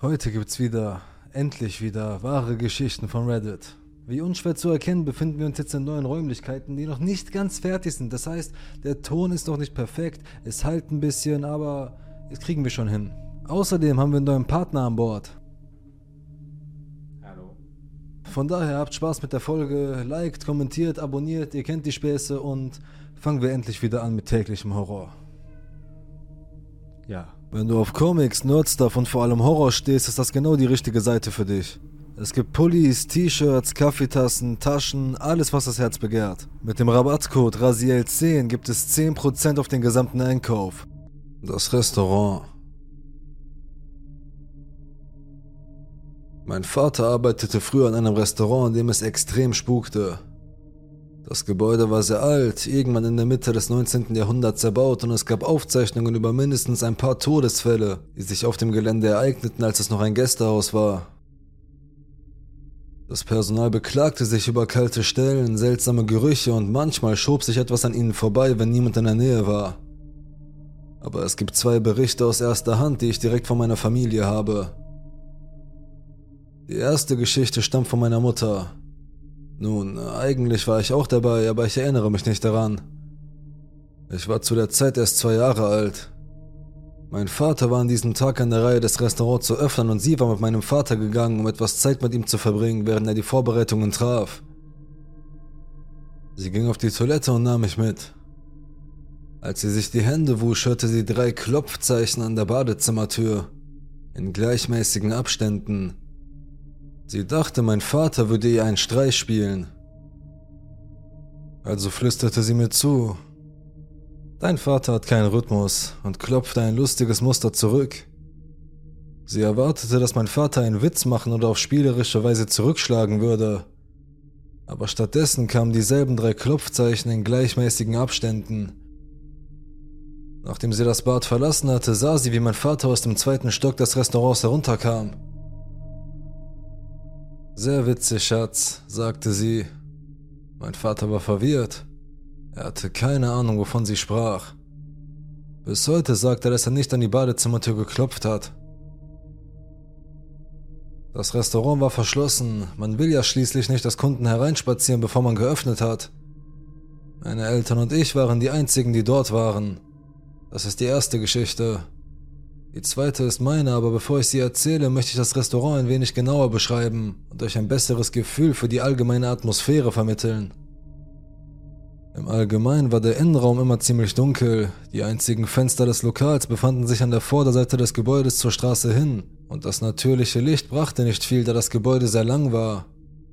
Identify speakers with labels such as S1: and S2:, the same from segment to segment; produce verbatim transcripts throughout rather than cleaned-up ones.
S1: Heute gibt's wieder, endlich wieder, wahre Geschichten von Reddit. Wie unschwer zu erkennen, befinden wir uns jetzt in neuen Räumlichkeiten, die noch nicht ganz fertig sind. Das heißt, der Ton ist noch nicht perfekt, es halt ein bisschen, aber das kriegen wir schon hin. Außerdem haben wir einen neuen Partner an Bord.
S2: Hallo.
S1: Von daher habt Spaß mit der Folge, liked, kommentiert, abonniert, ihr kennt die Späße und fangen wir endlich wieder an mit täglichem Horror. Ja. Wenn du auf Comics, Nerdstuff und vor allem Horror stehst, ist das genau die richtige Seite für dich. Es gibt Pullis, T-Shirts, Kaffeetassen, Taschen, alles was das Herz begehrt. Mit dem Rabattcode R A S I E L zehn gibt es zehn Prozent auf den gesamten Einkauf. Das Restaurant. Mein Vater arbeitete früher in einem Restaurant, in dem es extrem spukte. Das Gebäude war sehr alt, irgendwann in der Mitte des neunzehnten Jahrhunderts erbaut und es gab Aufzeichnungen über mindestens ein paar Todesfälle, die sich auf dem Gelände ereigneten, als es noch ein Gästehaus war. Das Personal beklagte sich über kalte Stellen, seltsame Gerüche und manchmal schob sich etwas an ihnen vorbei, wenn niemand in der Nähe war. Aber es gibt zwei Berichte aus erster Hand, die ich direkt von meiner Familie habe. Die erste Geschichte stammt von meiner Mutter. Nun, eigentlich war ich auch dabei, aber ich erinnere mich nicht daran. Ich war zu der Zeit erst zwei Jahre alt. Mein Vater war an diesem Tag an der Reihe, das Restaurant zu öffnen und sie war mit meinem Vater gegangen, um etwas Zeit mit ihm zu verbringen, während er die Vorbereitungen traf. Sie ging auf die Toilette und nahm mich mit. Als sie sich die Hände wusch, hörte sie drei Klopfzeichen an der Badezimmertür, in gleichmäßigen Abständen. Sie dachte, mein Vater würde ihr einen Streich spielen. Also flüsterte sie mir zu: Dein Vater hat keinen Rhythmus und klopfte ein lustiges Muster zurück. Sie erwartete, dass mein Vater einen Witz machen oder auf spielerische Weise zurückschlagen würde. Aber stattdessen kamen dieselben drei Klopfzeichen in gleichmäßigen Abständen. Nachdem sie das Bad verlassen hatte, sah sie, wie mein Vater aus dem zweiten Stock des Restaurants herunterkam. Sehr witzig, Schatz, sagte sie. Mein Vater war verwirrt. Er hatte keine Ahnung, wovon sie sprach. Bis heute sagt er, dass er nicht an die Badezimmertür geklopft hat. Das Restaurant war verschlossen. Man will ja schließlich nicht, dass Kunden hereinspazieren, bevor man geöffnet hat. Meine Eltern und ich waren die einzigen, die dort waren. Das ist die erste Geschichte. Die zweite ist meine, aber bevor ich sie erzähle, möchte ich das Restaurant ein wenig genauer beschreiben und euch ein besseres Gefühl für die allgemeine Atmosphäre vermitteln. Im Allgemeinen war der Innenraum immer ziemlich dunkel, die einzigen Fenster des Lokals befanden sich an der Vorderseite des Gebäudes zur Straße hin und das natürliche Licht brachte nicht viel, da das Gebäude sehr lang war.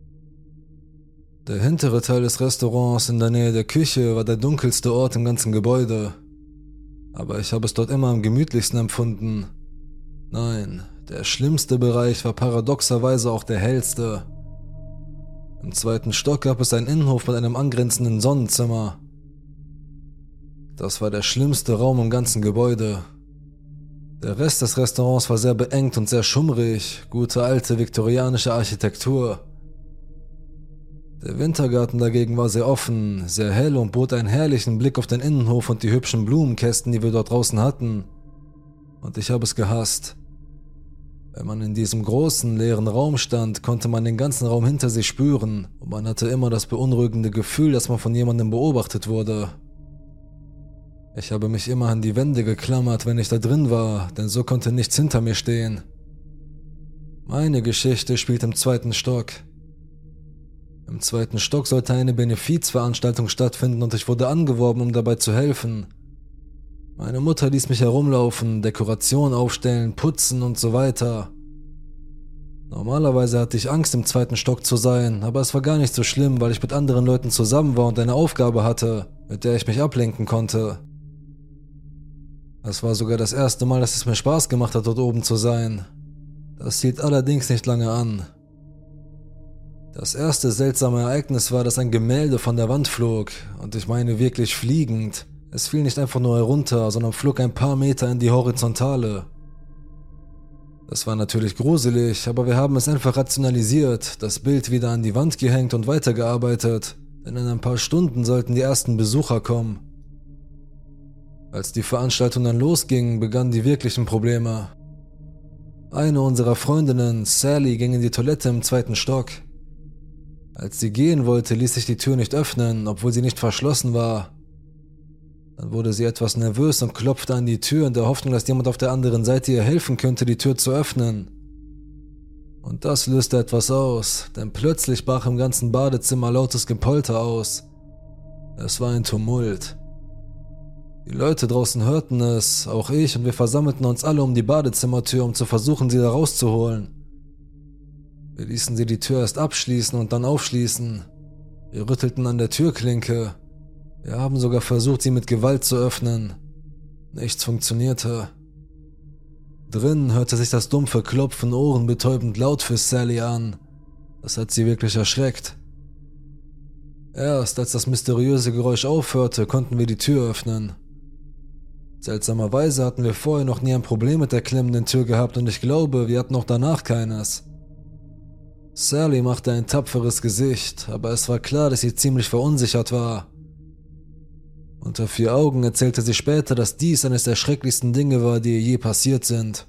S1: Der hintere Teil des Restaurants in der Nähe der Küche war der dunkelste Ort im ganzen Gebäude. Aber ich habe es dort immer am gemütlichsten empfunden. Nein, der schlimmste Bereich war paradoxerweise auch der hellste. Im zweiten Stock gab es einen Innenhof mit einem angrenzenden Sonnenzimmer. Das war der schlimmste Raum im ganzen Gebäude. Der Rest des Restaurants war sehr beengt und sehr schummrig, gute alte viktorianische Architektur. Der Wintergarten dagegen war sehr offen, sehr hell und bot einen herrlichen Blick auf den Innenhof und die hübschen Blumenkästen, die wir dort draußen hatten. Und ich habe es gehasst. Wenn man in diesem großen, leeren Raum stand, konnte man den ganzen Raum hinter sich spüren und man hatte immer das beunruhigende Gefühl, dass man von jemandem beobachtet wurde. Ich habe mich immer an die Wände geklammert, wenn ich da drin war, denn so konnte nichts hinter mir stehen. Meine Geschichte spielt im zweiten Stock. Im zweiten Stock sollte eine Benefizveranstaltung stattfinden und ich wurde angeworben, um dabei zu helfen. Meine Mutter ließ mich herumlaufen, Dekoration aufstellen, putzen und so weiter. Normalerweise hatte ich Angst, im zweiten Stock zu sein, aber es war gar nicht so schlimm, weil ich mit anderen Leuten zusammen war und eine Aufgabe hatte, mit der ich mich ablenken konnte. Es war sogar das erste Mal, dass es mir Spaß gemacht hat, dort oben zu sein. Das hielt allerdings nicht lange an. Das erste seltsame Ereignis war, dass ein Gemälde von der Wand flog, und ich meine wirklich fliegend. Es fiel nicht einfach nur herunter, sondern flog ein paar Meter in die Horizontale. Das war natürlich gruselig, aber wir haben es einfach rationalisiert, das Bild wieder an die Wand gehängt und weitergearbeitet, denn in ein paar Stunden sollten die ersten Besucher kommen. Als die Veranstaltung dann losging, begannen die wirklichen Probleme. Eine unserer Freundinnen, Sally, ging in die Toilette im zweiten Stock. Als sie gehen wollte, ließ sich die Tür nicht öffnen, obwohl sie nicht verschlossen war. Dann wurde sie etwas nervös und klopfte an die Tür in der Hoffnung, dass jemand auf der anderen Seite ihr helfen könnte, die Tür zu öffnen. Und das löste etwas aus, denn plötzlich brach im ganzen Badezimmer lautes Gepolter aus. Es war ein Tumult. Die Leute draußen hörten es, auch ich, und wir versammelten uns alle um die Badezimmertür, um zu versuchen, sie da rauszuholen. Wir ließen sie die Tür erst abschließen und dann aufschließen. Wir rüttelten an der Türklinke. Wir haben sogar versucht, sie mit Gewalt zu öffnen. Nichts funktionierte. Drinnen hörte sich das dumpfe Klopfen ohrenbetäubend laut für Sally an. Das hat sie wirklich erschreckt. Erst als das mysteriöse Geräusch aufhörte, konnten wir die Tür öffnen. Seltsamerweise hatten wir vorher noch nie ein Problem mit der klemmenden Tür gehabt und ich glaube, wir hatten auch danach keines. Sally machte ein tapferes Gesicht, aber es war klar, dass sie ziemlich verunsichert war. Unter vier Augen erzählte sie später, dass dies eines der schrecklichsten Dinge war, die ihr je passiert sind.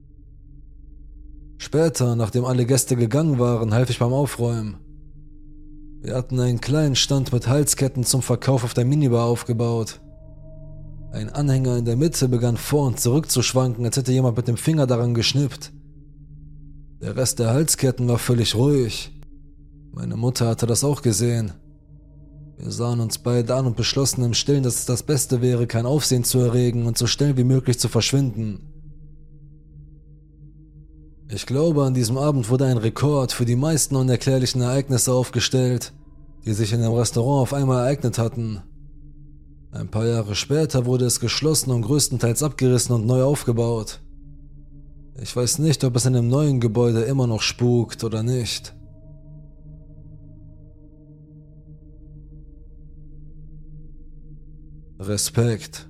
S1: Später, nachdem alle Gäste gegangen waren, half ich beim Aufräumen. Wir hatten einen kleinen Stand mit Halsketten zum Verkauf auf der Minibar aufgebaut. Ein Anhänger in der Mitte begann vor und zurück zu schwanken, als hätte jemand mit dem Finger daran geschnippt. Der Rest der Halsketten war völlig ruhig. Meine Mutter hatte das auch gesehen. Wir sahen uns beide an und beschlossen im Stillen, dass es das Beste wäre, kein Aufsehen zu erregen und so schnell wie möglich zu verschwinden. Ich glaube, an diesem Abend wurde ein Rekord für die meisten unerklärlichen Ereignisse aufgestellt, die sich in dem Restaurant auf einmal ereignet hatten. Ein paar Jahre später wurde es geschlossen und größtenteils abgerissen und neu aufgebaut. Ich weiß nicht, ob es in dem neuen Gebäude immer noch spukt oder nicht. Respekt.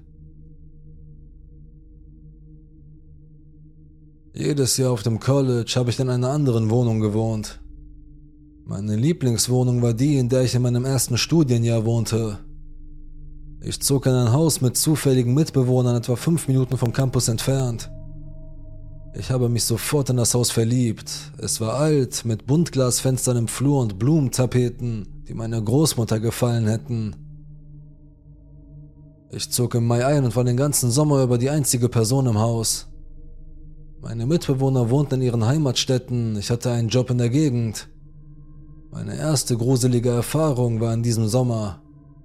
S1: Jedes Jahr auf dem College habe ich in einer anderen Wohnung gewohnt. Meine Lieblingswohnung war die, in der ich in meinem ersten Studienjahr wohnte. Ich zog in ein Haus mit zufälligen Mitbewohnern etwa fünf Minuten vom Campus entfernt. Ich habe mich sofort in das Haus verliebt. Es war alt, mit Buntglasfenstern im Flur und Blumentapeten, die meiner Großmutter gefallen hätten. Ich zog im Mai ein und war den ganzen Sommer über die einzige Person im Haus. Meine Mitbewohner wohnten in ihren Heimatstädten, ich hatte einen Job in der Gegend. Meine erste gruselige Erfahrung war in diesem Sommer.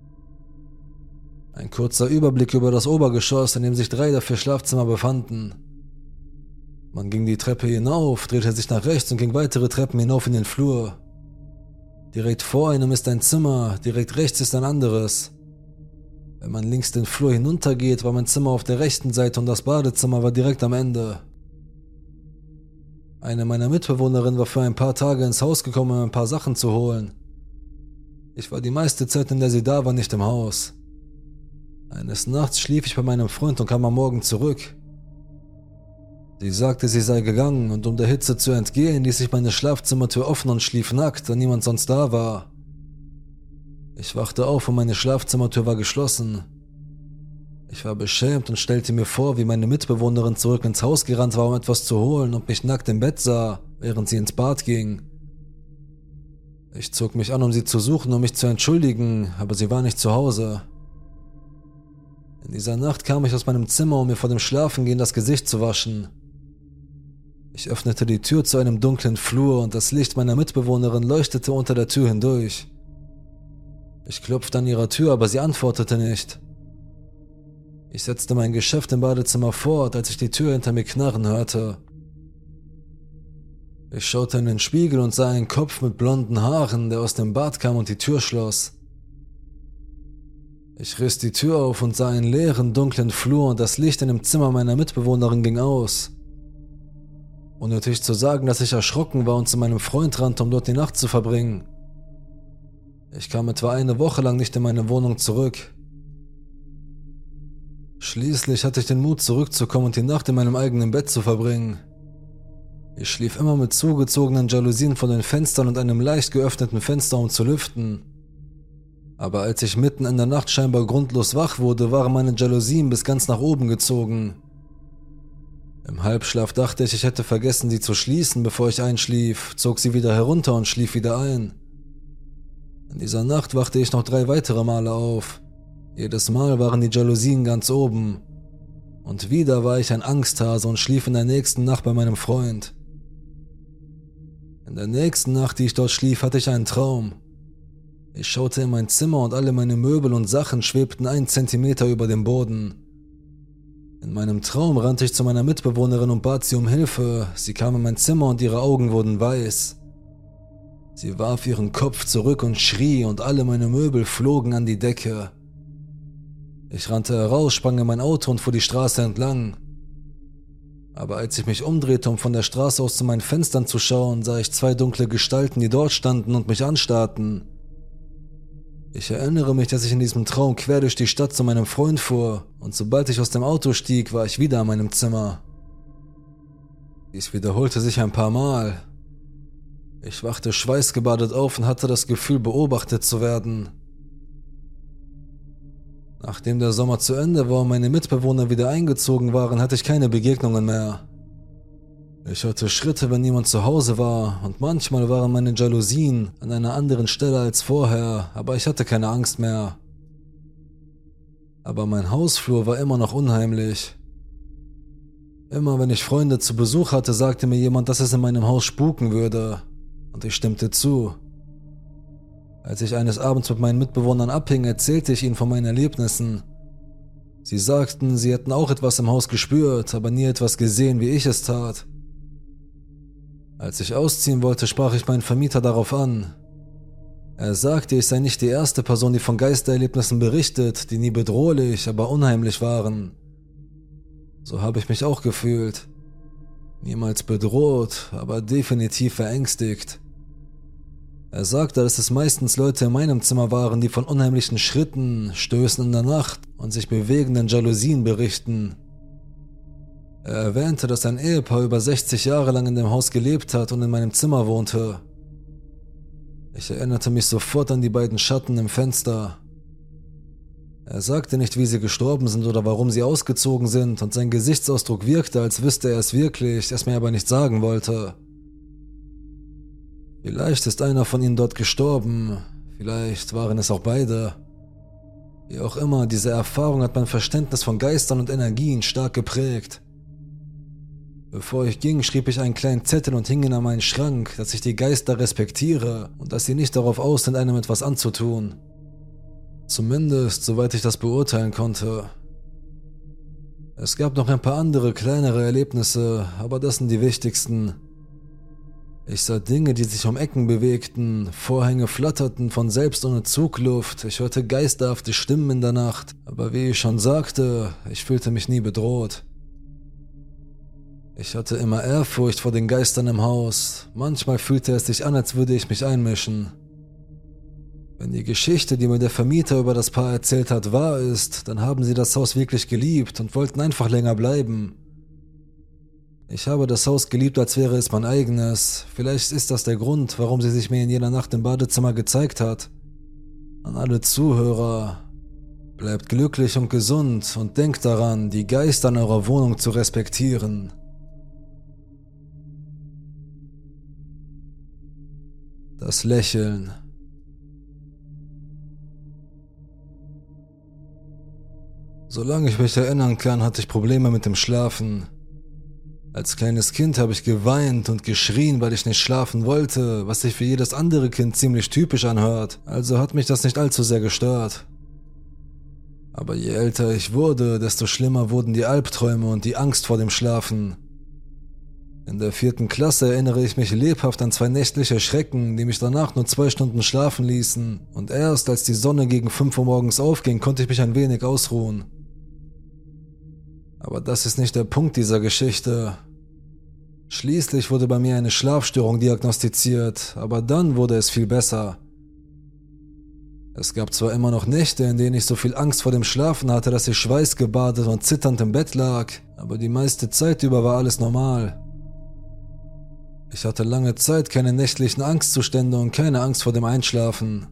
S1: Ein kurzer Überblick über das Obergeschoss, in dem sich drei der vier Schlafzimmer befanden. Man ging die Treppe hinauf, drehte sich nach rechts und ging weitere Treppen hinauf in den Flur. Direkt vor einem ist ein Zimmer, direkt rechts ist ein anderes. Wenn man links den Flur hinuntergeht, war mein Zimmer auf der rechten Seite und das Badezimmer war direkt am Ende. Eine meiner Mitbewohnerinnen war für ein paar Tage ins Haus gekommen, um ein paar Sachen zu holen. Ich war die meiste Zeit, in der sie da war, nicht im Haus. Eines Nachts schlief ich bei meinem Freund und kam am Morgen zurück. Sie sagte, sie sei gegangen und um der Hitze zu entgehen, ließ ich meine Schlafzimmertür offen und schlief nackt, da niemand sonst da war. Ich wachte auf und meine Schlafzimmertür war geschlossen. Ich war beschämt und stellte mir vor, wie meine Mitbewohnerin zurück ins Haus gerannt war, um etwas zu holen und mich nackt im Bett sah, während sie ins Bad ging. Ich zog mich an, um sie zu suchen, um mich zu entschuldigen, aber sie war nicht zu Hause. In dieser Nacht kam ich aus meinem Zimmer, um mir vor dem Schlafengehen das Gesicht zu waschen. Ich öffnete die Tür zu einem dunklen Flur und das Licht meiner Mitbewohnerin leuchtete unter der Tür hindurch. Ich klopfte an ihrer Tür, aber sie antwortete nicht. Ich setzte mein Geschäft im Badezimmer fort, als ich die Tür hinter mir knarren hörte. Ich schaute in den Spiegel und sah einen Kopf mit blonden Haaren, der aus dem Bad kam und die Tür schloss. Ich riss die Tür auf und sah einen leeren, dunklen Flur und das Licht in dem Zimmer meiner Mitbewohnerin ging aus. Unnötig zu sagen, dass ich erschrocken war und zu meinem Freund rannte, um dort die Nacht zu verbringen. Ich kam etwa eine Woche lang nicht in meine Wohnung zurück. Schließlich hatte ich den Mut, zurückzukommen und die Nacht in meinem eigenen Bett zu verbringen. Ich schlief immer mit zugezogenen Jalousien vor den Fenstern und einem leicht geöffneten Fenster, um zu lüften. Aber als ich mitten in der Nacht scheinbar grundlos wach wurde, waren meine Jalousien bis ganz nach oben gezogen. Im Halbschlaf dachte ich, ich hätte vergessen, sie zu schließen, bevor ich einschlief, zog sie wieder herunter und schlief wieder ein. In dieser Nacht wachte ich noch drei weitere Male auf. Jedes Mal waren die Jalousien ganz oben. Und wieder war ich ein Angsthase und schlief in der nächsten Nacht bei meinem Freund. In der nächsten Nacht, die ich dort schlief, hatte ich einen Traum. Ich schaute in mein Zimmer und alle meine Möbel und Sachen schwebten einen Zentimeter über dem Boden. In meinem Traum rannte ich zu meiner Mitbewohnerin und bat sie um Hilfe. Sie kam in mein Zimmer und ihre Augen wurden weiß. Sie warf ihren Kopf zurück und schrie und alle meine Möbel flogen an die Decke. Ich rannte heraus, sprang in mein Auto und fuhr die Straße entlang. Aber als ich mich umdrehte, um von der Straße aus zu meinen Fenstern zu schauen, sah ich zwei dunkle Gestalten, die dort standen und mich anstarrten. Ich erinnere mich, dass ich in diesem Traum quer durch die Stadt zu meinem Freund fuhr und sobald ich aus dem Auto stieg, war ich wieder in meinem Zimmer. Dies wiederholte sich ein paar Mal. Ich wachte schweißgebadet auf und hatte das Gefühl, beobachtet zu werden. Nachdem der Sommer zu Ende war und meine Mitbewohner wieder eingezogen waren, hatte ich keine Begegnungen mehr. Ich hörte Schritte, wenn niemand zu Hause war, und manchmal waren meine Jalousien an einer anderen Stelle als vorher, aber ich hatte keine Angst mehr. Aber mein Hausflur war immer noch unheimlich. Immer wenn ich Freunde zu Besuch hatte, sagte mir jemand, dass es in meinem Haus spuken würde, und ich stimmte zu. Als ich eines Abends mit meinen Mitbewohnern abhing, erzählte ich ihnen von meinen Erlebnissen. Sie sagten, sie hätten auch etwas im Haus gespürt, aber nie etwas gesehen, wie ich es tat. Als ich ausziehen wollte, sprach ich meinen Vermieter darauf an. Er sagte, ich sei nicht die erste Person, die von Geistererlebnissen berichtet, die nie bedrohlich, aber unheimlich waren. So habe ich mich auch gefühlt. Niemals bedroht, aber definitiv verängstigt. Er sagte, dass es meistens Leute in meinem Zimmer waren, die von unheimlichen Schritten, Stößen in der Nacht und sich bewegenden Jalousien berichten. Er erwähnte, dass ein Ehepaar über sechzig Jahre lang in dem Haus gelebt hat und in meinem Zimmer wohnte. Ich erinnerte mich sofort an die beiden Schatten im Fenster. Er sagte nicht, wie sie gestorben sind oder warum sie ausgezogen sind, und sein Gesichtsausdruck wirkte, als wüsste er es wirklich, es mir aber nicht sagen wollte. Vielleicht ist einer von ihnen dort gestorben, vielleicht waren es auch beide. Wie auch immer, diese Erfahrung hat mein Verständnis von Geistern und Energien stark geprägt. Bevor ich ging, schrieb ich einen kleinen Zettel und hing ihn an meinen Schrank, dass ich die Geister respektiere und dass sie nicht darauf aus sind, einem etwas anzutun. Zumindest, soweit ich das beurteilen konnte. Es gab noch ein paar andere, kleinere Erlebnisse, aber das sind die wichtigsten. Ich sah Dinge, die sich um Ecken bewegten, Vorhänge flatterten von selbst ohne Zugluft, ich hörte geisterhafte Stimmen in der Nacht, aber wie ich schon sagte, ich fühlte mich nie bedroht. Ich hatte immer Ehrfurcht vor den Geistern im Haus, manchmal fühlte es sich an, als würde ich mich einmischen. Wenn die Geschichte, die mir der Vermieter über das Paar erzählt hat, wahr ist, dann haben sie das Haus wirklich geliebt und wollten einfach länger bleiben. Ich habe das Haus geliebt, als wäre es mein eigenes. Vielleicht ist das der Grund, warum sie sich mir in jener Nacht im Badezimmer gezeigt hat. An alle Zuhörer, bleibt glücklich und gesund und denkt daran, die Geister in eurer Wohnung zu respektieren. Das Lächeln. Solange ich mich erinnern kann, hatte ich Probleme mit dem Schlafen. Als kleines Kind habe ich geweint und geschrien, weil ich nicht schlafen wollte, was sich für jedes andere Kind ziemlich typisch anhört, also hat mich das nicht allzu sehr gestört. Aber je älter ich wurde, desto schlimmer wurden die Albträume und die Angst vor dem Schlafen. In der vierten Klasse erinnere ich mich lebhaft an zwei nächtliche Schrecken, die mich danach nur zwei Stunden schlafen ließen, und erst als die Sonne gegen fünf Uhr morgens aufging, konnte ich mich ein wenig ausruhen. Aber das ist nicht der Punkt dieser Geschichte. Schließlich wurde bei mir eine Schlafstörung diagnostiziert, aber dann wurde es viel besser. Es gab zwar immer noch Nächte, in denen ich so viel Angst vor dem Schlafen hatte, dass ich schweißgebadet und zitternd im Bett lag, aber die meiste Zeit über war alles normal. Ich hatte lange Zeit keine nächtlichen Angstzustände und keine Angst vor dem Einschlafen.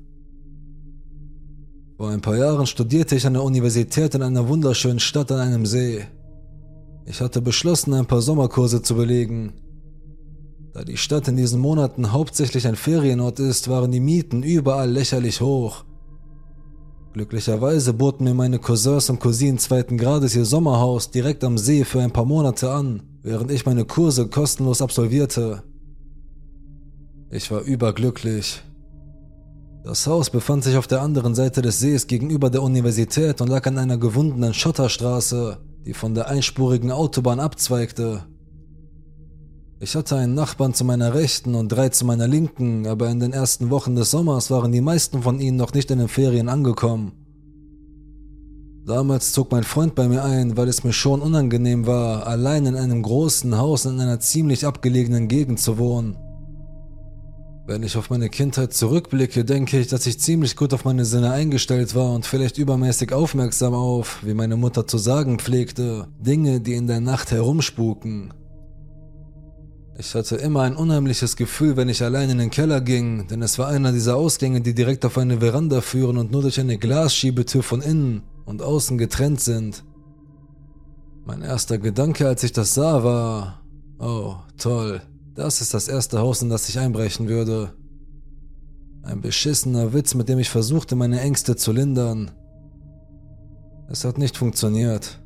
S1: Vor ein paar Jahren studierte ich an der Universität in einer wunderschönen Stadt an einem See. Ich hatte beschlossen, ein paar Sommerkurse zu belegen. Da die Stadt in diesen Monaten hauptsächlich ein Ferienort ist, waren die Mieten überall lächerlich hoch. Glücklicherweise boten mir meine Cousins und Cousinen zweiten Grades ihr Sommerhaus direkt am See für ein paar Monate an, während ich meine Kurse kostenlos absolvierte. Ich war überglücklich. Das Haus befand sich auf der anderen Seite des Sees gegenüber der Universität und lag an einer gewundenen Schotterstraße, die von der einspurigen Autobahn abzweigte. Ich hatte einen Nachbarn zu meiner Rechten und drei zu meiner Linken, aber in den ersten Wochen des Sommers waren die meisten von ihnen noch nicht in den Ferien angekommen. Damals zog mein Freund bei mir ein, weil es mir schon unangenehm war, allein in einem großen Haus in einer ziemlich abgelegenen Gegend zu wohnen. Wenn ich auf meine Kindheit zurückblicke, denke ich, dass ich ziemlich gut auf meine Sinne eingestellt war und vielleicht übermäßig aufmerksam auf, wie meine Mutter zu sagen pflegte, Dinge, die in der Nacht herumspuken. Ich hatte immer ein unheimliches Gefühl, wenn ich allein in den Keller ging, denn es war einer dieser Ausgänge, die direkt auf eine Veranda führen und nur durch eine Glasschiebetür von innen und außen getrennt sind. Mein erster Gedanke, als ich das sah, war: Oh, toll, das ist das erste Haus, in das ich einbrechen würde. Ein beschissener Witz, mit dem ich versuchte, meine Ängste zu lindern. Es hat nicht funktioniert.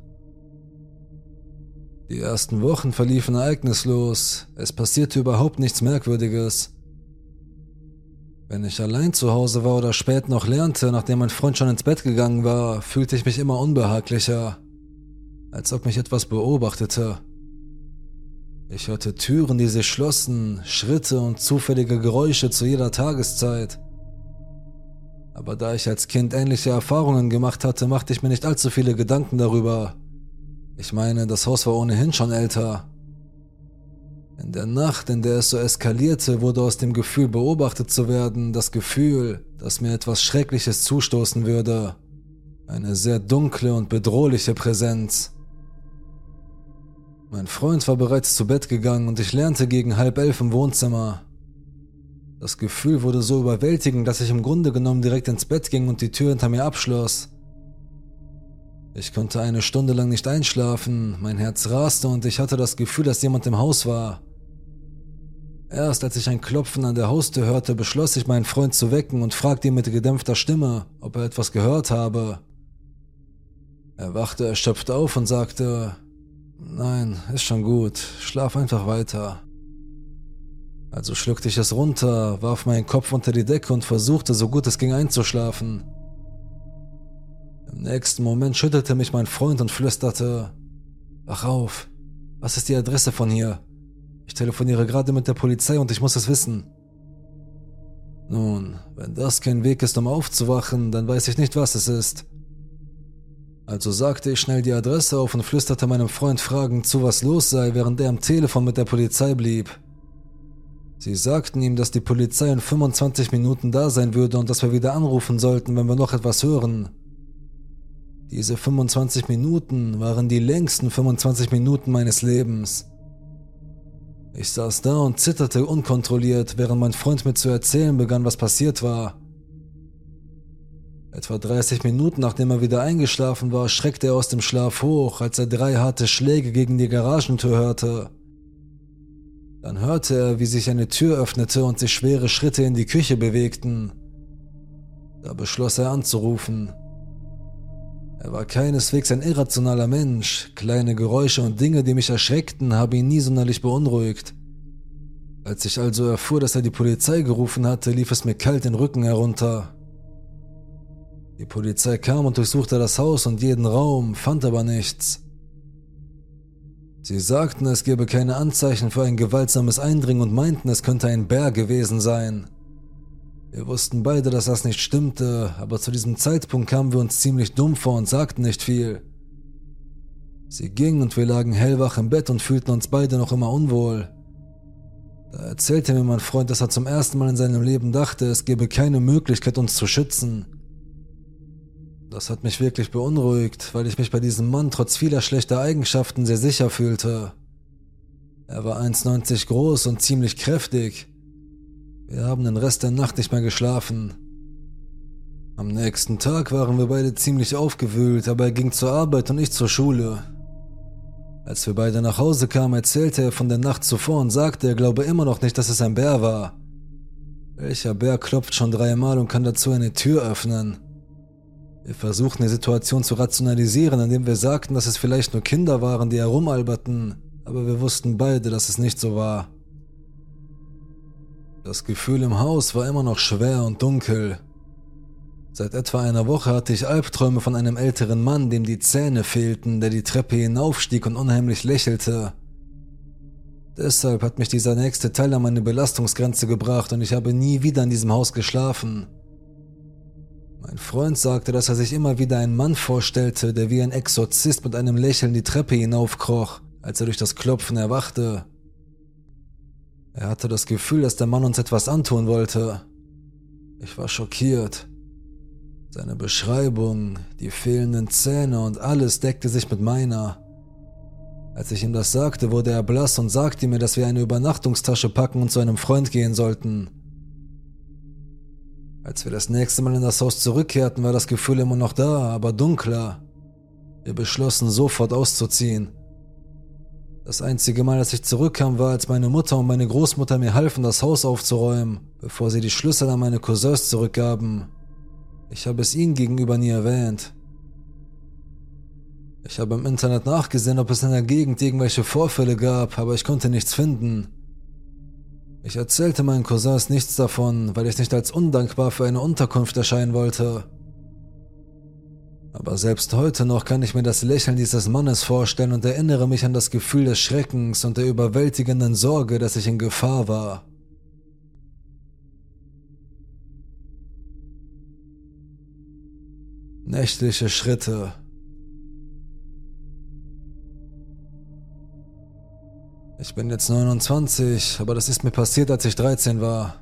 S1: Die ersten Wochen verliefen ereignislos, es passierte überhaupt nichts Merkwürdiges. Wenn ich allein zu Hause war oder spät noch lernte, nachdem mein Freund schon ins Bett gegangen war, fühlte ich mich immer unbehaglicher, als ob mich etwas beobachtete. Ich hörte Türen, die sich schlossen, Schritte und zufällige Geräusche zu jeder Tageszeit. Aber da ich als Kind ähnliche Erfahrungen gemacht hatte, machte ich mir nicht allzu viele Gedanken darüber. Ich meine, das Haus war ohnehin schon älter. In der Nacht, in der es so eskalierte, wurde aus dem Gefühl, beobachtet zu werden, das Gefühl, dass mir etwas Schreckliches zustoßen würde. Eine sehr dunkle und bedrohliche Präsenz. Mein Freund war bereits zu Bett gegangen und ich lernte gegen halb elf im Wohnzimmer. Das Gefühl wurde so überwältigend, dass ich im Grunde genommen direkt ins Bett ging und die Tür hinter mir abschloss. Ich konnte eine Stunde lang nicht einschlafen, mein Herz raste und ich hatte das Gefühl, dass jemand im Haus war. Erst als ich ein Klopfen an der Haustür hörte, beschloss ich, meinen Freund zu wecken und fragte ihn mit gedämpfter Stimme, ob er etwas gehört habe. Er wachte erschöpft auf und sagte: Nein, ist schon gut, schlaf einfach weiter. Also schluckte ich es runter, warf meinen Kopf unter die Decke und versuchte, so gut es ging, einzuschlafen. Im nächsten Moment schüttelte mich mein Freund und flüsterte: Wach auf, was ist die Adresse von hier? Ich telefoniere gerade mit der Polizei und ich muss es wissen. Nun, wenn das kein Weg ist, um aufzuwachen, dann weiß ich nicht, was es ist. Also sagte ich schnell die Adresse auf und flüsterte meinem Freund fragend zu, was los sei, während er am Telefon mit der Polizei blieb. Sie sagten ihm, dass die Polizei in fünfundzwanzig Minuten da sein würde und dass wir wieder anrufen sollten, wenn wir noch etwas hören. Diese fünfundzwanzig Minuten waren die längsten fünfundzwanzig Minuten meines Lebens. Ich saß da und zitterte unkontrolliert, während mein Freund mir zu erzählen begann, was passiert war. Etwa dreißig Minuten nachdem er wieder eingeschlafen war, schreckte er aus dem Schlaf hoch, als er drei harte Schläge gegen die Garagentür hörte. Dann hörte er, wie sich eine Tür öffnete und sich schwere Schritte in die Küche bewegten. Da beschloss er anzurufen. Er war keineswegs ein irrationaler Mensch. Kleine Geräusche und Dinge, die mich erschreckten, haben ihn nie sonderlich beunruhigt. Als ich also erfuhr, dass er die Polizei gerufen hatte, lief es mir kalt den Rücken herunter. Die Polizei kam und durchsuchte das Haus und jeden Raum, fand aber nichts. Sie sagten, es gebe keine Anzeichen für ein gewaltsames Eindringen und meinten, es könnte ein Bär gewesen sein. Wir wussten beide, dass das nicht stimmte, aber zu diesem Zeitpunkt kamen wir uns ziemlich dumm vor und sagten nicht viel. Sie ging und wir lagen hellwach im Bett und fühlten uns beide noch immer unwohl. Da erzählte mir mein Freund, dass er zum ersten Mal in seinem Leben dachte, es gebe keine Möglichkeit, uns zu schützen. Das hat mich wirklich beunruhigt, weil ich mich bei diesem Mann trotz vieler schlechter Eigenschaften sehr sicher fühlte. Er war eins Komma neunzig groß und ziemlich kräftig. Wir haben den Rest der Nacht nicht mehr geschlafen. Am nächsten Tag waren wir beide ziemlich aufgewühlt, aber er ging zur Arbeit und ich zur Schule. Als wir beide nach Hause kamen, erzählte er von der Nacht zuvor und sagte, er glaube immer noch nicht, dass es ein Bär war. Welcher Bär klopft schon dreimal und kann dazu eine Tür öffnen? Wir versuchten die Situation zu rationalisieren, indem wir sagten, dass es vielleicht nur Kinder waren, die herumalberten, aber wir wussten beide, dass es nicht so war. Das Gefühl im Haus war immer noch schwer und dunkel. Seit etwa einer Woche hatte ich Albträume von einem älteren Mann, dem die Zähne fehlten, der die Treppe hinaufstieg und unheimlich lächelte. Deshalb hat mich dieser nächste Teil an meine Belastungsgrenze gebracht und ich habe nie wieder in diesem Haus geschlafen. Mein Freund sagte, dass er sich immer wieder einen Mann vorstellte, der wie ein Exorzist mit einem Lächeln die Treppe hinaufkroch, als er durch das Klopfen erwachte. Er hatte das Gefühl, dass der Mann uns etwas antun wollte. Ich war schockiert. Seine Beschreibung, die fehlenden Zähne und alles deckte sich mit meiner. Als ich ihm das sagte, wurde er blass und sagte mir, dass wir eine Übernachtungstasche packen und zu einem Freund gehen sollten. Als wir das nächste Mal in das Haus zurückkehrten, war das Gefühl immer noch da, aber dunkler. Wir beschlossen, sofort auszuziehen. Das einzige Mal, als ich zurückkam, war, als meine Mutter und meine Großmutter mir halfen, das Haus aufzuräumen, bevor sie die Schlüssel an meine Cousins zurückgaben. Ich habe es ihnen gegenüber nie erwähnt. Ich habe im Internet nachgesehen, ob es in der Gegend irgendwelche Vorfälle gab, aber ich konnte nichts finden. Ich erzählte meinen Cousins nichts davon, weil ich nicht als undankbar für eine Unterkunft erscheinen wollte. Aber selbst heute noch kann ich mir das Lächeln dieses Mannes vorstellen und erinnere mich an das Gefühl des Schreckens und der überwältigenden Sorge, dass ich in Gefahr war. Nächtliche Schritte. Ich bin jetzt neunundzwanzig, aber das ist mir passiert, als ich dreizehn war.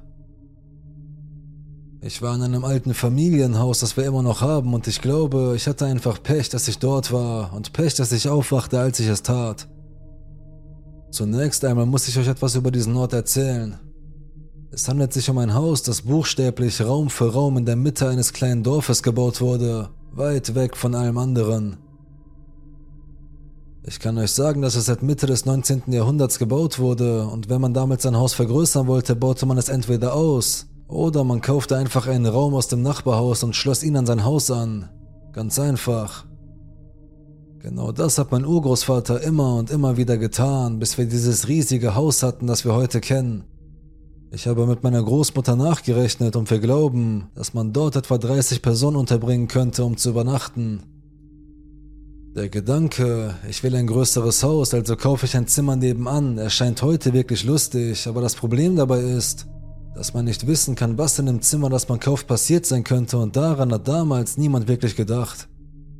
S1: Ich war in einem alten Familienhaus, das wir immer noch haben, und ich glaube, ich hatte einfach Pech, dass ich dort war und Pech, dass ich aufwachte, als ich es tat. Zunächst einmal muss ich euch etwas über diesen Ort erzählen. Es handelt sich um ein Haus, das buchstäblich Raum für Raum in der Mitte eines kleinen Dorfes gebaut wurde, weit weg von allem anderen. Ich kann euch sagen, dass es seit Mitte des neunzehnten Jahrhunderts gebaut wurde, und wenn man damals ein Haus vergrößern wollte, baute man es entweder aus, oder man kaufte einfach einen Raum aus dem Nachbarhaus und schloss ihn an sein Haus an. Ganz einfach. Genau das hat mein Urgroßvater immer und immer wieder getan, bis wir dieses riesige Haus hatten, das wir heute kennen. Ich habe mit meiner Großmutter nachgerechnet und wir glauben, dass man dort etwa dreißig Personen unterbringen könnte, um zu übernachten. Der Gedanke, ich will ein größeres Haus, also kaufe ich ein Zimmer nebenan, erscheint heute wirklich lustig, aber das Problem dabei ist, dass man nicht wissen kann, was in dem Zimmer, das man kauft, passiert sein könnte, und daran hat damals niemand wirklich gedacht.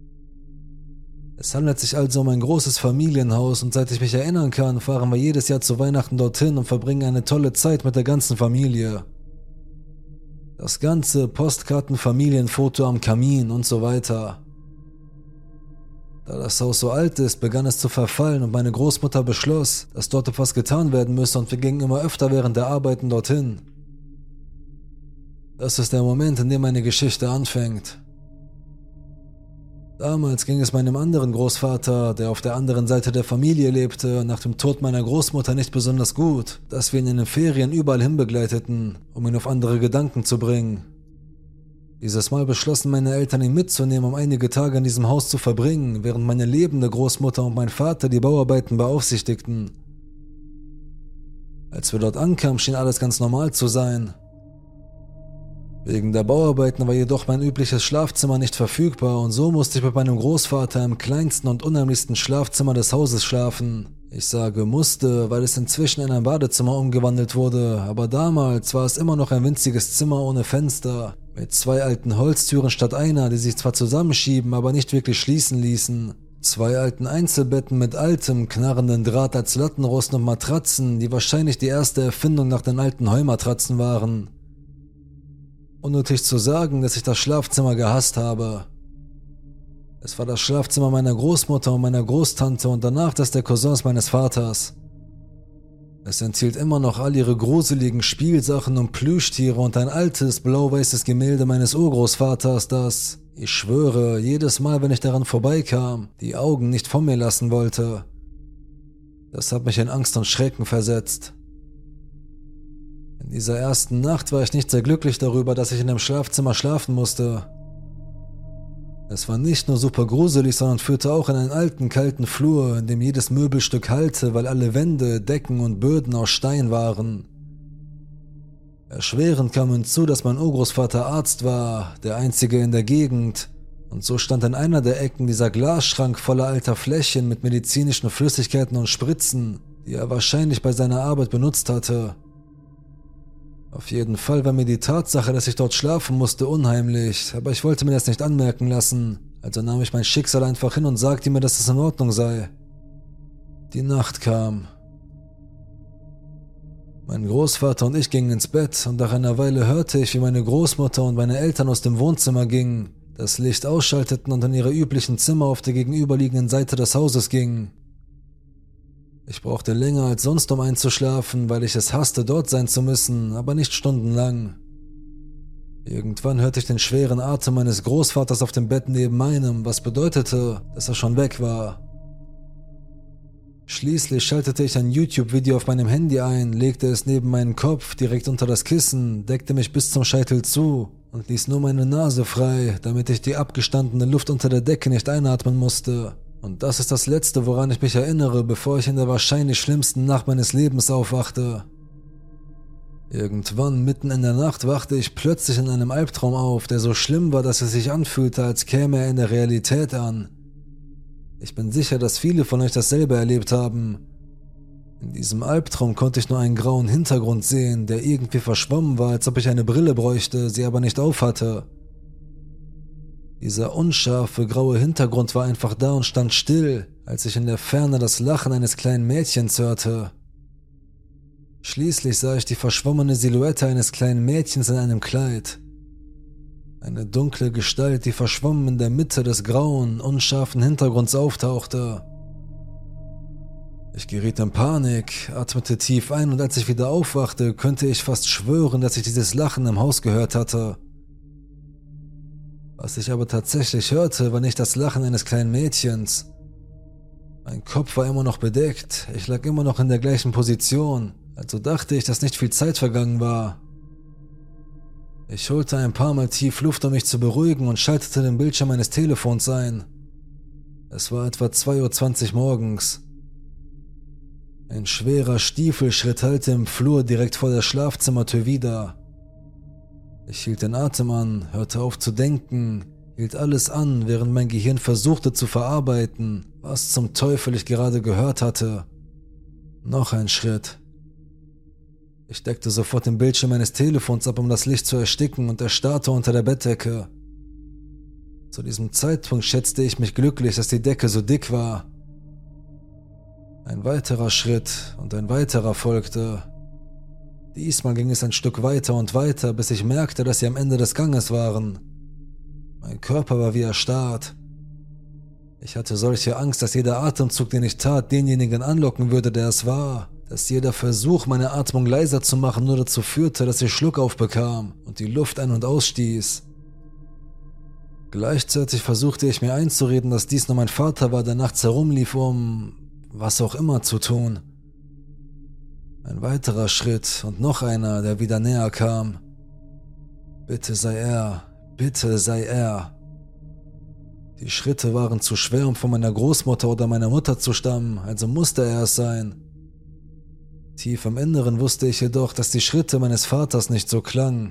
S1: Es handelt sich also um ein großes Familienhaus, und seit ich mich erinnern kann, fahren wir jedes Jahr zu Weihnachten dorthin und verbringen eine tolle Zeit mit der ganzen Familie. Das ganze Postkarten, Familienfoto am Kamin und so weiter. Da das Haus so alt ist, begann es zu verfallen und meine Großmutter beschloss, dass dort etwas getan werden müsse, und wir gingen immer öfter während der Arbeiten dorthin. Das ist der Moment, in dem meine Geschichte anfängt. Damals ging es meinem anderen Großvater, der auf der anderen Seite der Familie lebte, nach dem Tod meiner Großmutter nicht besonders gut, dass wir ihn in den Ferien überall hin begleiteten, um ihn auf andere Gedanken zu bringen. Dieses Mal beschlossen meine Eltern, ihn mitzunehmen, um einige Tage in diesem Haus zu verbringen, während meine lebende Großmutter und mein Vater die Bauarbeiten beaufsichtigten. Als wir dort ankamen, schien alles ganz normal zu sein. Wegen der Bauarbeiten war jedoch mein übliches Schlafzimmer nicht verfügbar, und so musste ich mit meinem Großvater im kleinsten und unheimlichsten Schlafzimmer des Hauses schlafen. Ich sage musste, weil es inzwischen in ein Badezimmer umgewandelt wurde, aber damals war es immer noch ein winziges Zimmer ohne Fenster, mit zwei alten Holztüren statt einer, die sich zwar zusammenschieben, aber nicht wirklich schließen ließen. Zwei alten Einzelbetten mit altem, knarrenden Draht als Lattenrosten und Matratzen, die wahrscheinlich die erste Erfindung nach den alten Heumatratzen waren. Unnötig zu sagen, dass ich das Schlafzimmer gehasst habe. Es war das Schlafzimmer meiner Großmutter und meiner Großtante und danach das der Cousins meines Vaters. Es enthielt immer noch all ihre gruseligen Spielsachen und Plüschtiere und ein altes, blau-weißes Gemälde meines Urgroßvaters, das, ich schwöre, jedes Mal, wenn ich daran vorbeikam, die Augen nicht von mir lassen wollte. Das hat mich in Angst und Schrecken versetzt. In dieser ersten Nacht war ich nicht sehr glücklich darüber, dass ich in dem Schlafzimmer schlafen musste. Es war nicht nur super gruselig, sondern führte auch in einen alten, kalten Flur, in dem jedes Möbelstück hallte, weil alle Wände, Decken und Böden aus Stein waren. Erschwerend kam hinzu, dass mein Urgroßvater Arzt war, der einzige in der Gegend, und so stand in einer der Ecken dieser Glasschrank voller alter Fläschchen mit medizinischen Flüssigkeiten und Spritzen, die er wahrscheinlich bei seiner Arbeit benutzt hatte. Auf jeden Fall war mir die Tatsache, dass ich dort schlafen musste, unheimlich, aber ich wollte mir das nicht anmerken lassen, also nahm ich mein Schicksal einfach hin und sagte mir, dass es in Ordnung sei. Die Nacht kam. Mein Großvater und ich gingen ins Bett und nach einer Weile hörte ich, wie meine Großmutter und meine Eltern aus dem Wohnzimmer gingen, das Licht ausschalteten und in ihre üblichen Zimmer auf der gegenüberliegenden Seite des Hauses gingen. Ich brauchte länger als sonst, um einzuschlafen, weil ich es hasste, dort sein zu müssen, aber nicht stundenlang. Irgendwann hörte ich den schweren Atem meines Großvaters auf dem Bett neben meinem, was bedeutete, dass er schon weg war. Schließlich schaltete ich ein YouTube-Video auf meinem Handy ein, legte es neben meinen Kopf, direkt unter das Kissen, deckte mich bis zum Scheitel zu und ließ nur meine Nase frei, damit ich die abgestandene Luft unter der Decke nicht einatmen musste. Und das ist das Letzte, woran ich mich erinnere, bevor ich in der wahrscheinlich schlimmsten Nacht meines Lebens aufwachte. Irgendwann, mitten in der Nacht, wachte ich plötzlich in einem Albtraum auf, der so schlimm war, dass es sich anfühlte, als käme er in der Realität an. Ich bin sicher, dass viele von euch dasselbe erlebt haben. In diesem Albtraum konnte ich nur einen grauen Hintergrund sehen, der irgendwie verschwommen war, als ob ich eine Brille bräuchte, sie aber nicht aufhatte. Dieser unscharfe, graue Hintergrund war einfach da und stand still, als ich in der Ferne das Lachen eines kleinen Mädchens hörte. Schließlich sah ich die verschwommene Silhouette eines kleinen Mädchens in einem Kleid. Eine dunkle Gestalt, die verschwommen in der Mitte des grauen, unscharfen Hintergrunds auftauchte. Ich geriet in Panik, atmete tief ein und als ich wieder aufwachte, könnte ich fast schwören, dass ich dieses Lachen im Haus gehört hatte. Was ich aber tatsächlich hörte, war nicht das Lachen eines kleinen Mädchens. Mein Kopf war immer noch bedeckt, ich lag immer noch in der gleichen Position, also dachte ich, dass nicht viel Zeit vergangen war. Ich holte ein paar Mal tief Luft, um mich zu beruhigen und schaltete den Bildschirm meines Telefons ein. Es war etwa zwei Uhr zwanzig morgens. Ein schwerer Stiefelschritt hallte im Flur direkt vor der Schlafzimmertür wider. Ich hielt den Atem an, hörte auf zu denken, hielt alles an, während mein Gehirn versuchte zu verarbeiten, was zum Teufel ich gerade gehört hatte. Noch ein Schritt. Ich deckte sofort den Bildschirm meines Telefons ab, um das Licht zu ersticken, und erstarrte unter der Bettdecke. Zu diesem Zeitpunkt schätzte ich mich glücklich, dass die Decke so dick war. Ein weiterer Schritt und ein weiterer folgte. Diesmal ging es ein Stück weiter und weiter, bis ich merkte, dass sie am Ende des Ganges waren. Mein Körper war wie erstarrt. Ich hatte solche Angst, dass jeder Atemzug, den ich tat, denjenigen anlocken würde, der es war. Dass jeder Versuch, meine Atmung leiser zu machen, nur dazu führte, dass ich Schluckauf bekam und die Luft ein- und ausstieß. Gleichzeitig versuchte ich mir einzureden, dass dies nur mein Vater war, der nachts herumlief, um was auch immer zu tun. Ein weiterer Schritt und noch einer, der wieder näher kam. Bitte sei er, bitte sei er. Die Schritte waren zu schwer, um von meiner Großmutter oder meiner Mutter zu stammen, also musste er es sein. Tief im Inneren wusste ich jedoch, dass die Schritte meines Vaters nicht so klangen.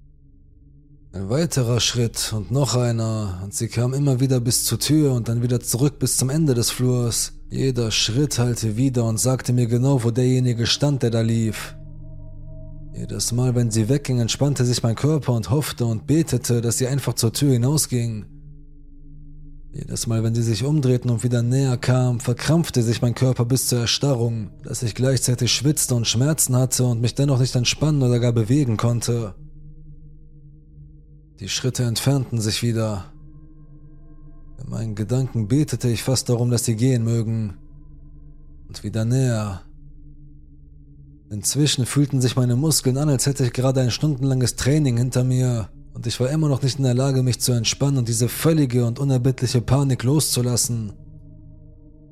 S1: Ein weiterer Schritt und noch einer, und sie kam immer wieder bis zur Tür und dann wieder zurück bis zum Ende des Flurs. Jeder Schritt hallte wieder und sagte mir genau, wo derjenige stand, der da lief. Jedes Mal, wenn sie wegging, entspannte sich mein Körper und hoffte und betete, dass sie einfach zur Tür hinausging. Jedes Mal, wenn sie sich umdrehten und wieder näher kam, verkrampfte sich mein Körper bis zur Erstarrung, dass ich gleichzeitig schwitzte und Schmerzen hatte und mich dennoch nicht entspannen oder gar bewegen konnte. Die Schritte entfernten sich wieder. In meinen Gedanken betete ich fast darum, dass sie gehen mögen. Und wieder näher. Inzwischen fühlten sich meine Muskeln an, als hätte ich gerade ein stundenlanges Training hinter mir, und ich war immer noch nicht in der Lage, mich zu entspannen und diese völlige und unerbittliche Panik loszulassen.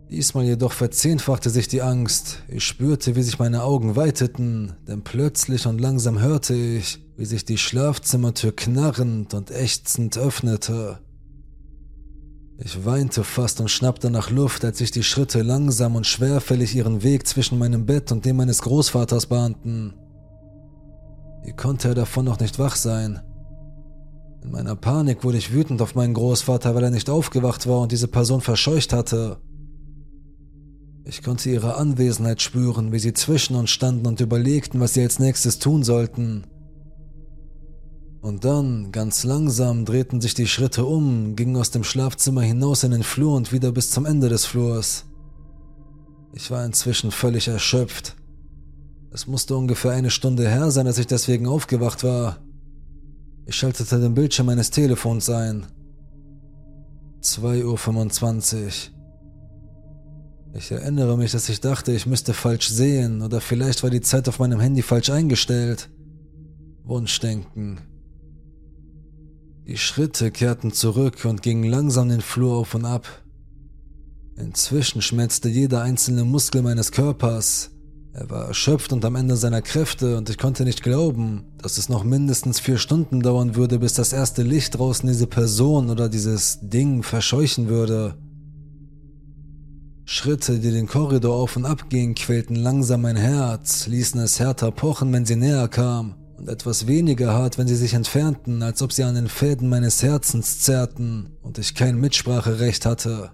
S1: Diesmal jedoch verzehnfachte sich die Angst. Ich spürte, wie sich meine Augen weiteten, denn plötzlich und langsam hörte ich, wie sich die Schlafzimmertür knarrend und ächzend öffnete. Ich weinte fast und schnappte nach Luft, als sich die Schritte langsam und schwerfällig ihren Weg zwischen meinem Bett und dem meines Großvaters bahnten. Wie konnte er davon noch nicht wach sein? In meiner Panik wurde ich wütend auf meinen Großvater, weil er nicht aufgewacht war und diese Person verscheucht hatte. Ich konnte ihre Anwesenheit spüren, wie sie zwischen uns standen und überlegten, was sie als nächstes tun sollten. Und dann, ganz langsam, drehten sich die Schritte um, gingen aus dem Schlafzimmer hinaus in den Flur und wieder bis zum Ende des Flurs. Ich war inzwischen völlig erschöpft. Es musste ungefähr eine Stunde her sein, dass ich deswegen aufgewacht war. Ich schaltete den Bildschirm meines Telefons ein. zwei Uhr fünfundzwanzig. Ich erinnere mich, dass ich dachte, ich müsste falsch sehen oder vielleicht war die Zeit auf meinem Handy falsch eingestellt. Wunschdenken. Die Schritte kehrten zurück und gingen langsam den Flur auf und ab. Inzwischen schmerzte jeder einzelne Muskel meines Körpers. Er war erschöpft und am Ende seiner Kräfte und ich konnte nicht glauben, dass es noch mindestens vier Stunden dauern würde, bis das erste Licht draußen diese Person oder dieses Ding verscheuchen würde. Schritte, die den Korridor auf und ab gingen, quälten langsam mein Herz, ließen es härter pochen, wenn sie näher kam, und etwas weniger hart, wenn sie sich entfernten, als ob sie an den Fäden meines Herzens zerrten und ich kein Mitspracherecht hatte.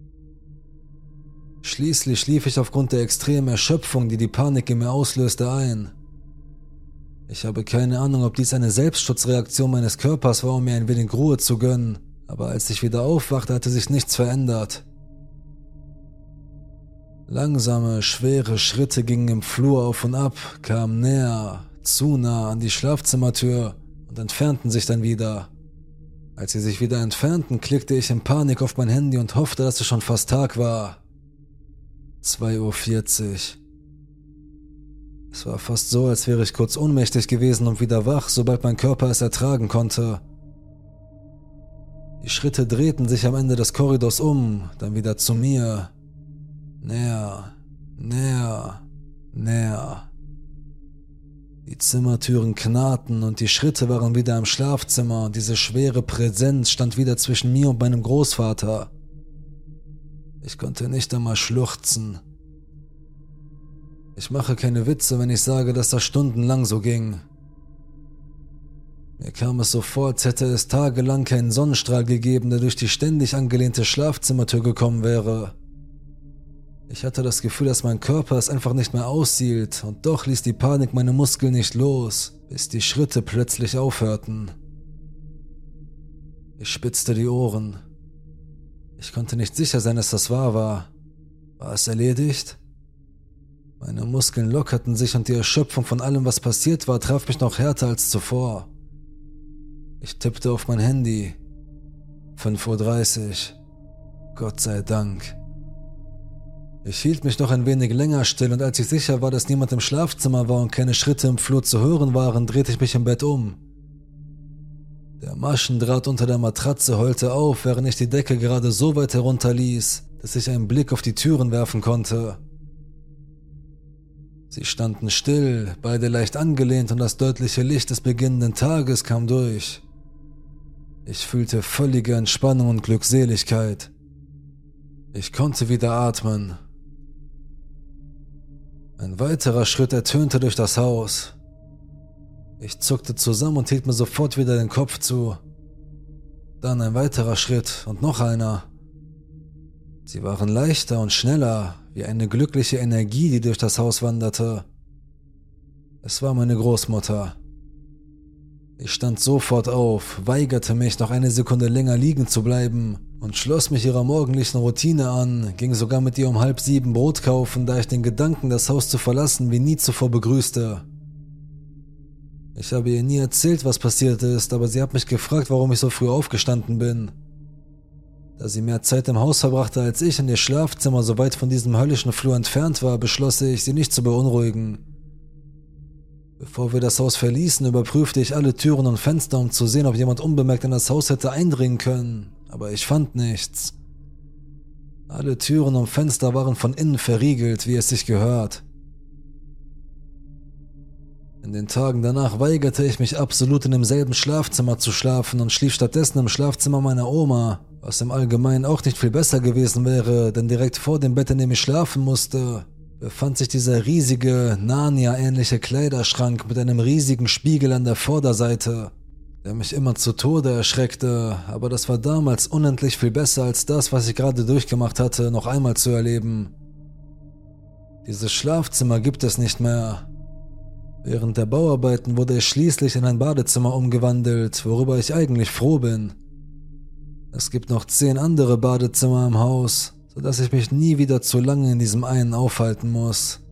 S1: Schließlich schlief ich aufgrund der extremen Erschöpfung, die die Panik in mir auslöste, ein. Ich habe keine Ahnung, ob dies eine Selbstschutzreaktion meines Körpers war, um mir ein wenig Ruhe zu gönnen, aber als ich wieder aufwachte, hatte sich nichts verändert. Langsame, schwere Schritte gingen im Flur auf und ab, kamen näher, zu nah an die Schlafzimmertür und entfernten sich dann wieder. Als sie sich wieder entfernten, klickte ich in Panik auf mein Handy und hoffte, dass es schon fast Tag war. zwei Uhr vierzig. Es war fast so, als wäre ich kurz ohnmächtig gewesen und wieder wach, sobald mein Körper es ertragen konnte. Die Schritte drehten sich am Ende des Korridors um, dann wieder zu mir. Näher, näher, näher. Die Zimmertüren knarrten und die Schritte waren wieder im Schlafzimmer und diese schwere Präsenz stand wieder zwischen mir und meinem Großvater. Ich konnte nicht einmal schluchzen. Ich mache keine Witze, wenn ich sage, dass das stundenlang so ging. Mir kam es so vor, als hätte es tagelang keinen Sonnenstrahl gegeben, der durch die ständig angelehnte Schlafzimmertür gekommen wäre. Ich hatte das Gefühl, dass mein Körper es einfach nicht mehr aushielt, und doch ließ die Panik meine Muskeln nicht los, bis die Schritte plötzlich aufhörten. Ich spitzte die Ohren. Ich konnte nicht sicher sein, dass das wahr war. War es erledigt? Meine Muskeln lockerten sich und die Erschöpfung von allem, was passiert war, traf mich noch härter als zuvor. Ich tippte auf mein Handy. fünf Uhr dreißig. Gott sei Dank. Ich hielt mich noch ein wenig länger still und als ich sicher war, dass niemand im Schlafzimmer war und keine Schritte im Flur zu hören waren, drehte ich mich im Bett um. Der Maschendraht unter der Matratze heulte auf, während ich die Decke gerade so weit herunterließ, dass ich einen Blick auf die Türen werfen konnte. Sie standen still, beide leicht angelehnt und das deutliche Licht des beginnenden Tages kam durch. Ich fühlte völlige Entspannung und Glückseligkeit. Ich konnte wieder atmen. Ein weiterer Schritt ertönte durch das Haus. Ich zuckte zusammen und hielt mir sofort wieder den Kopf zu. Dann ein weiterer Schritt und noch einer. Sie waren leichter und schneller, wie eine glückliche Energie, die durch das Haus wanderte. Es war meine Großmutter. Ich stand sofort auf, weigerte mich, noch eine Sekunde länger liegen zu bleiben und schloss mich ihrer morgendlichen Routine an, ging sogar mit ihr um halb sieben Brot kaufen, da ich den Gedanken, das Haus zu verlassen, wie nie zuvor begrüßte. Ich habe ihr nie erzählt, was passiert ist, aber sie hat mich gefragt, warum ich so früh aufgestanden bin. Da sie mehr Zeit im Haus verbrachte als ich und ihr Schlafzimmer so weit von diesem höllischen Flur entfernt war, beschloss ich, sie nicht zu beunruhigen. Bevor wir das Haus verließen, überprüfte ich alle Türen und Fenster, um zu sehen, ob jemand unbemerkt in das Haus hätte eindringen können, aber ich fand nichts. Alle Türen und Fenster waren von innen verriegelt, wie es sich gehört. In den Tagen danach weigerte ich mich absolut, in demselben Schlafzimmer zu schlafen und schlief stattdessen im Schlafzimmer meiner Oma, was im Allgemeinen auch nicht viel besser gewesen wäre, denn direkt vor dem Bett, in dem ich schlafen musste, befand sich dieser riesige, Narnia-ähnliche Kleiderschrank mit einem riesigen Spiegel an der Vorderseite, der mich immer zu Tode erschreckte, aber das war damals unendlich viel besser als das, was ich gerade durchgemacht hatte, noch einmal zu erleben. Dieses Schlafzimmer gibt es nicht mehr. Während der Bauarbeiten wurde es schließlich in ein Badezimmer umgewandelt, worüber ich eigentlich froh bin. Es gibt noch zehn andere Badezimmer im Haus, sodass ich mich nie wieder zu lange in diesem einen aufhalten muss.